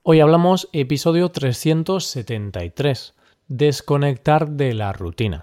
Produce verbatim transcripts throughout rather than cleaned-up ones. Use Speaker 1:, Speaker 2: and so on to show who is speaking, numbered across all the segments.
Speaker 1: Hoy hablamos episodio trescientos setenta y tres, desconectar de la rutina.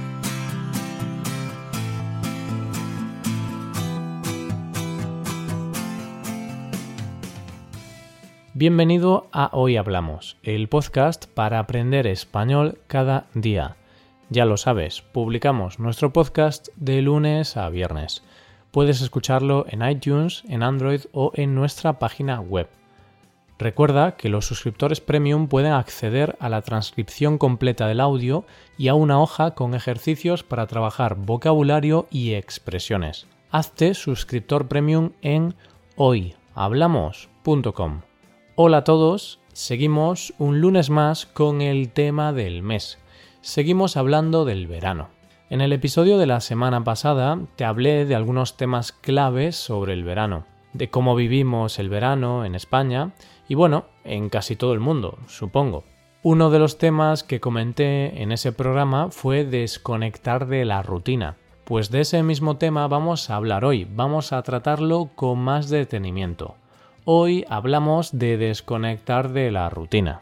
Speaker 1: Bienvenido a Hoy Hablamos, el podcast para aprender español cada día. Ya lo sabes, publicamos nuestro podcast de lunes a viernes. Puedes escucharlo en iTunes, en Android o en nuestra página web. Recuerda que los suscriptores premium pueden acceder a la transcripción completa del audio y a una hoja con ejercicios para trabajar vocabulario y expresiones. Hazte suscriptor premium en hoy hablamos punto com. Hola a todos, seguimos un lunes más con el tema del mes. Seguimos hablando del verano. En el episodio de la semana pasada te hablé de algunos temas claves sobre el verano, de cómo vivimos el verano en España y bueno, en casi todo el mundo, supongo. Uno de los temas que comenté en ese programa fue desconectar de la rutina. Pues de ese mismo tema vamos a hablar hoy, vamos a tratarlo con más detenimiento. Hoy hablamos de desconectar de la rutina.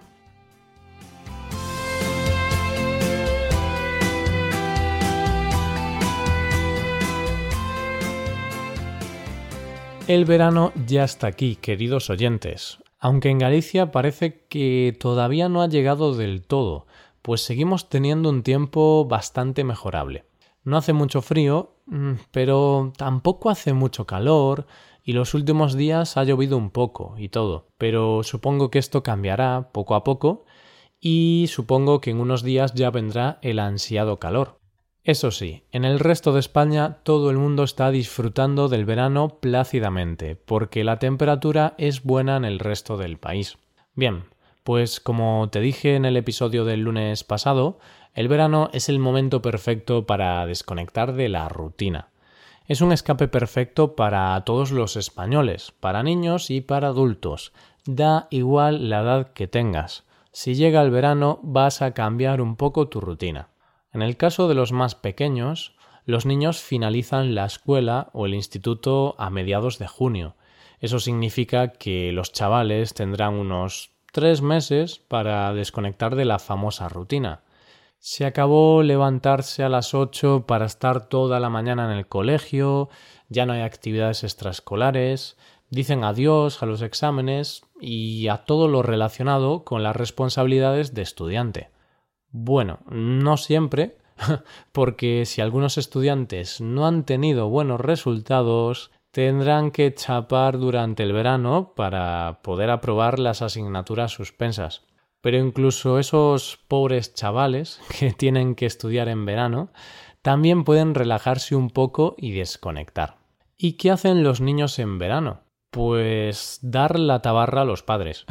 Speaker 1: El verano ya está aquí, queridos oyentes, aunque en Galicia parece que todavía no ha llegado del todo, pues seguimos teniendo un tiempo bastante mejorable. No hace mucho frío, pero tampoco hace mucho calor y los últimos días ha llovido un poco y todo, pero supongo que esto cambiará poco a poco y supongo que en unos días ya vendrá el ansiado calor. Eso sí, en el resto de España todo el mundo está disfrutando del verano plácidamente, porque la temperatura es buena en el resto del país. Bien, pues como te dije en el episodio del lunes pasado, el verano es el momento perfecto para desconectar de la rutina. Es un escape perfecto para todos los españoles, para niños y para adultos. Da igual la edad que tengas. Si llega el verano vas a cambiar un poco tu rutina. En el caso de los más pequeños, los niños finalizan la escuela o el instituto a mediados de junio. Eso significa que los chavales tendrán unos tres meses para desconectar de la famosa rutina. Se acabó levantarse a las ocho para estar toda la mañana en el colegio, ya no hay actividades extraescolares, dicen adiós a los exámenes y a todo lo relacionado con las responsabilidades de estudiante. Bueno, no siempre, porque si algunos estudiantes no han tenido buenos resultados, tendrán que chapar durante el verano para poder aprobar las asignaturas suspensas. Pero incluso esos pobres chavales que tienen que estudiar en verano también pueden relajarse un poco y desconectar. ¿Y qué hacen los niños en verano? Pues dar la tabarra a los padres.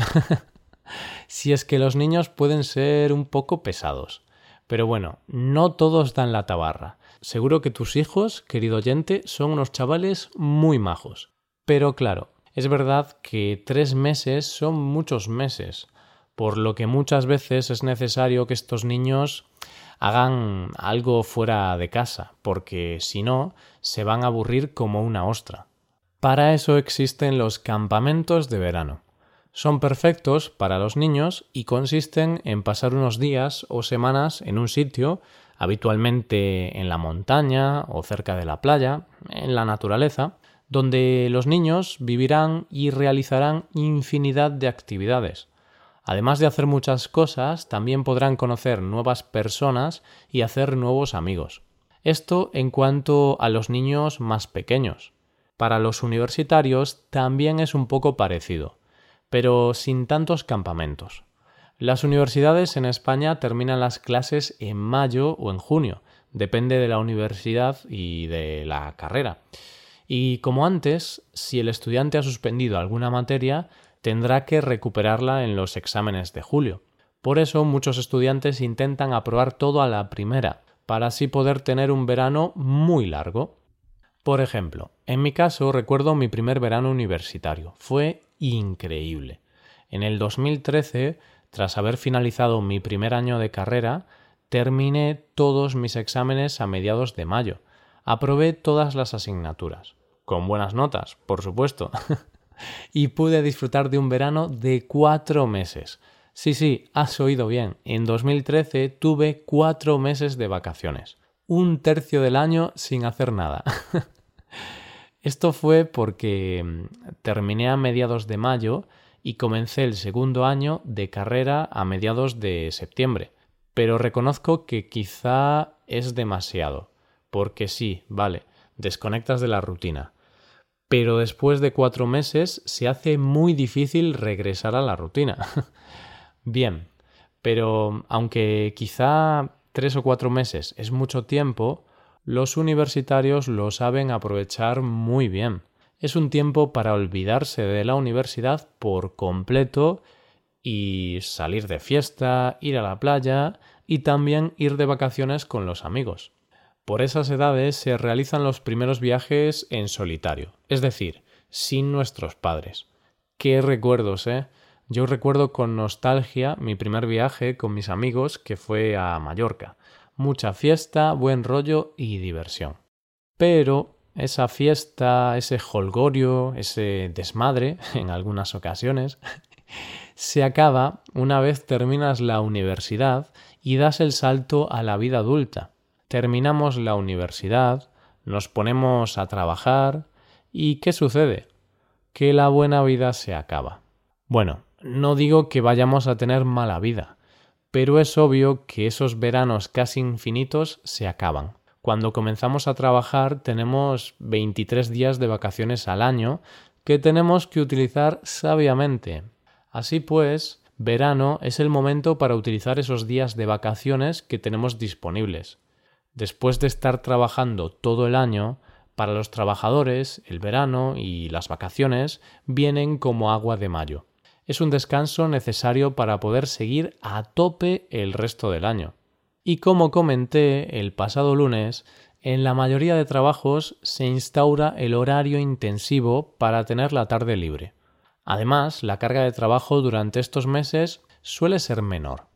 Speaker 1: Si es que los niños pueden ser un poco pesados. Pero bueno, no todos dan la tabarra. Seguro que tus hijos, querido oyente, son unos chavales muy majos. Pero claro, es verdad que tres meses son muchos meses, por lo que muchas veces es necesario que estos niños hagan algo fuera de casa, porque si no, se van a aburrir como una ostra. Para eso existen los campamentos de verano. Son perfectos para los niños y consisten en pasar unos días o semanas en un sitio, habitualmente en la montaña o cerca de la playa, en la naturaleza, donde los niños vivirán y realizarán infinidad de actividades. Además de hacer muchas cosas, también podrán conocer nuevas personas y hacer nuevos amigos. Esto en cuanto a los niños más pequeños. Para los universitarios también es un poco parecido, pero sin tantos campamentos. Las universidades en España terminan las clases en mayo o en junio, depende de la universidad y de la carrera. Y como antes, si el estudiante ha suspendido alguna materia, tendrá que recuperarla en los exámenes de julio. Por eso muchos estudiantes intentan aprobar todo a la primera, para así poder tener un verano muy largo. Por ejemplo, en mi caso recuerdo mi primer verano universitario. Fue increíble. En el dos mil trece, tras haber finalizado mi primer año de carrera, terminé todos mis exámenes a mediados de mayo. Aprobé todas las asignaturas. Con buenas notas, por supuesto. y pude disfrutar de un verano de cuatro meses. Sí, sí, has oído bien. En dos mil trece tuve cuatro meses de vacaciones. Un tercio del año sin hacer nada. Esto fue porque terminé a mediados de mayo y comencé el segundo año de carrera a mediados de septiembre. Pero reconozco que quizá es demasiado. Porque sí, vale, desconectas de la rutina. Pero después de cuatro meses se hace muy difícil regresar a la rutina. Bien, pero aunque quizá tres o cuatro meses es mucho tiempo, los universitarios lo saben aprovechar muy bien. Es un tiempo para olvidarse de la universidad por completo y salir de fiesta, ir a la playa y también ir de vacaciones con los amigos. Por esas edades se realizan los primeros viajes en solitario, es decir, sin nuestros padres. ¡Qué recuerdos, eh! Yo recuerdo con nostalgia mi primer viaje con mis amigos que fue a Mallorca. Mucha fiesta, buen rollo y diversión. Pero esa fiesta, ese jolgorio, ese desmadre, en algunas ocasiones, se acaba una vez terminas la universidad y das el salto a la vida adulta. Terminamos la universidad, nos ponemos a trabajar y ¿qué sucede? Que la buena vida se acaba. Bueno, no digo que vayamos a tener mala vida, pero es obvio que esos veranos casi infinitos se acaban. Cuando comenzamos a trabajar tenemos veintitrés días de vacaciones al año que tenemos que utilizar sabiamente. Así pues, verano es el momento para utilizar esos días de vacaciones que tenemos disponibles. Después de estar trabajando todo el año, para los trabajadores el verano y las vacaciones vienen como agua de mayo. Es un descanso necesario para poder seguir a tope el resto del año. Y como comenté el pasado lunes, en la mayoría de trabajos se instaura el horario intensivo para tener la tarde libre. Además, la carga de trabajo durante estos meses suele ser menor,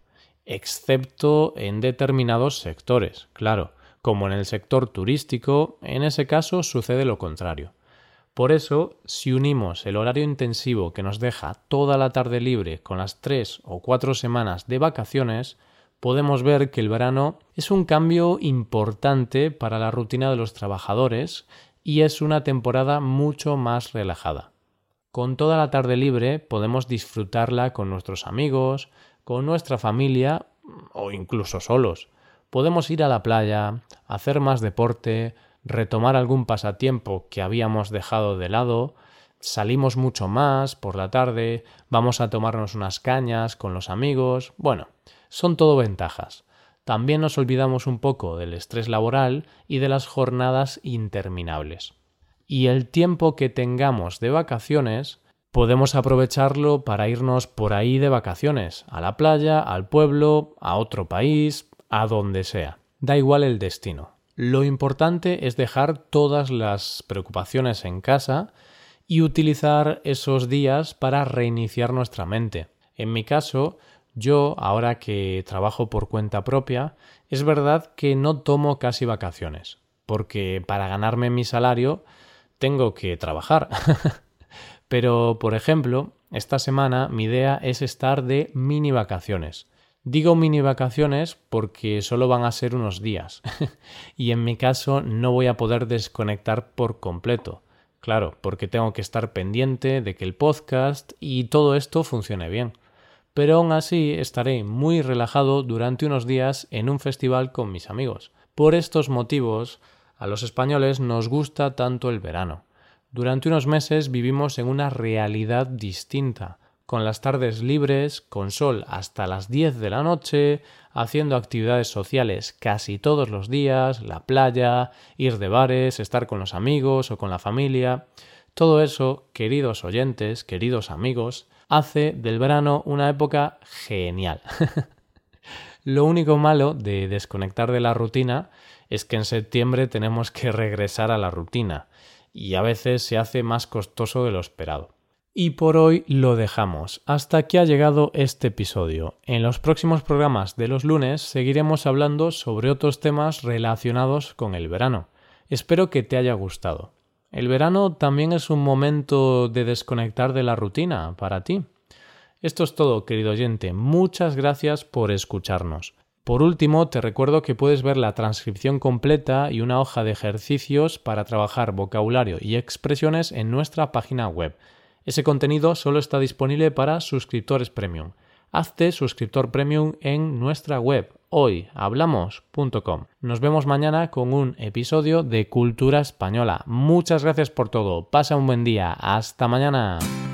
Speaker 1: excepto en determinados sectores, claro, como en el sector turístico, en ese caso sucede lo contrario. Por eso, si unimos el horario intensivo que nos deja toda la tarde libre con las tres o cuatro semanas de vacaciones, podemos ver que el verano es un cambio importante para la rutina de los trabajadores y es una temporada mucho más relajada. Con toda la tarde libre podemos disfrutarla con nuestros amigos, con nuestra familia o incluso solos. Podemos ir a la playa, hacer más deporte, retomar algún pasatiempo que habíamos dejado de lado, salimos mucho más por la tarde, vamos a tomarnos unas cañas con los amigos. Bueno, son todo ventajas. También nos olvidamos un poco del estrés laboral y de las jornadas interminables. Y el tiempo que tengamos de vacaciones podemos aprovecharlo para irnos por ahí de vacaciones, a la playa, al pueblo, a otro país, a donde sea. Da igual el destino. Lo importante es dejar todas las preocupaciones en casa y utilizar esos días para reiniciar nuestra mente. En mi caso, yo, ahora que trabajo por cuenta propia, es verdad que no tomo casi vacaciones, porque para ganarme mi salario tengo que trabajar. Pero, por ejemplo, esta semana mi idea es estar de mini vacaciones. Digo mini vacaciones porque solo van a ser unos días y en mi caso no voy a poder desconectar por completo. Claro, porque tengo que estar pendiente de que el podcast y todo esto funcione bien. Pero aún así estaré muy relajado durante unos días en un festival con mis amigos. Por estos motivos, a los españoles nos gusta tanto el verano. Durante unos meses vivimos en una realidad distinta, con las tardes libres, con sol hasta las diez de la noche, haciendo actividades sociales casi todos los días, la playa, ir de bares, estar con los amigos o con la familia. Todo eso, queridos oyentes, queridos amigos, hace del verano una época genial. Lo único malo de desconectar de la rutina es que en septiembre tenemos que regresar a la rutina y a veces se hace más costoso de lo esperado. Y por hoy lo dejamos. Hasta aquí ha llegado este episodio. En los próximos programas de los lunes seguiremos hablando sobre otros temas relacionados con el verano. Espero que te haya gustado. El verano también es un momento de desconectar de la rutina para ti. Esto es todo, querido oyente. Muchas gracias por escucharnos. Por último, te recuerdo que puedes ver la transcripción completa y una hoja de ejercicios para trabajar vocabulario y expresiones en nuestra página web. Ese contenido solo está disponible para suscriptores premium. Hazte suscriptor premium en nuestra web hoy hablamos punto com. Nos vemos mañana con un episodio de Cultura Española. Muchas gracias por todo. Pasa un buen día. Hasta mañana.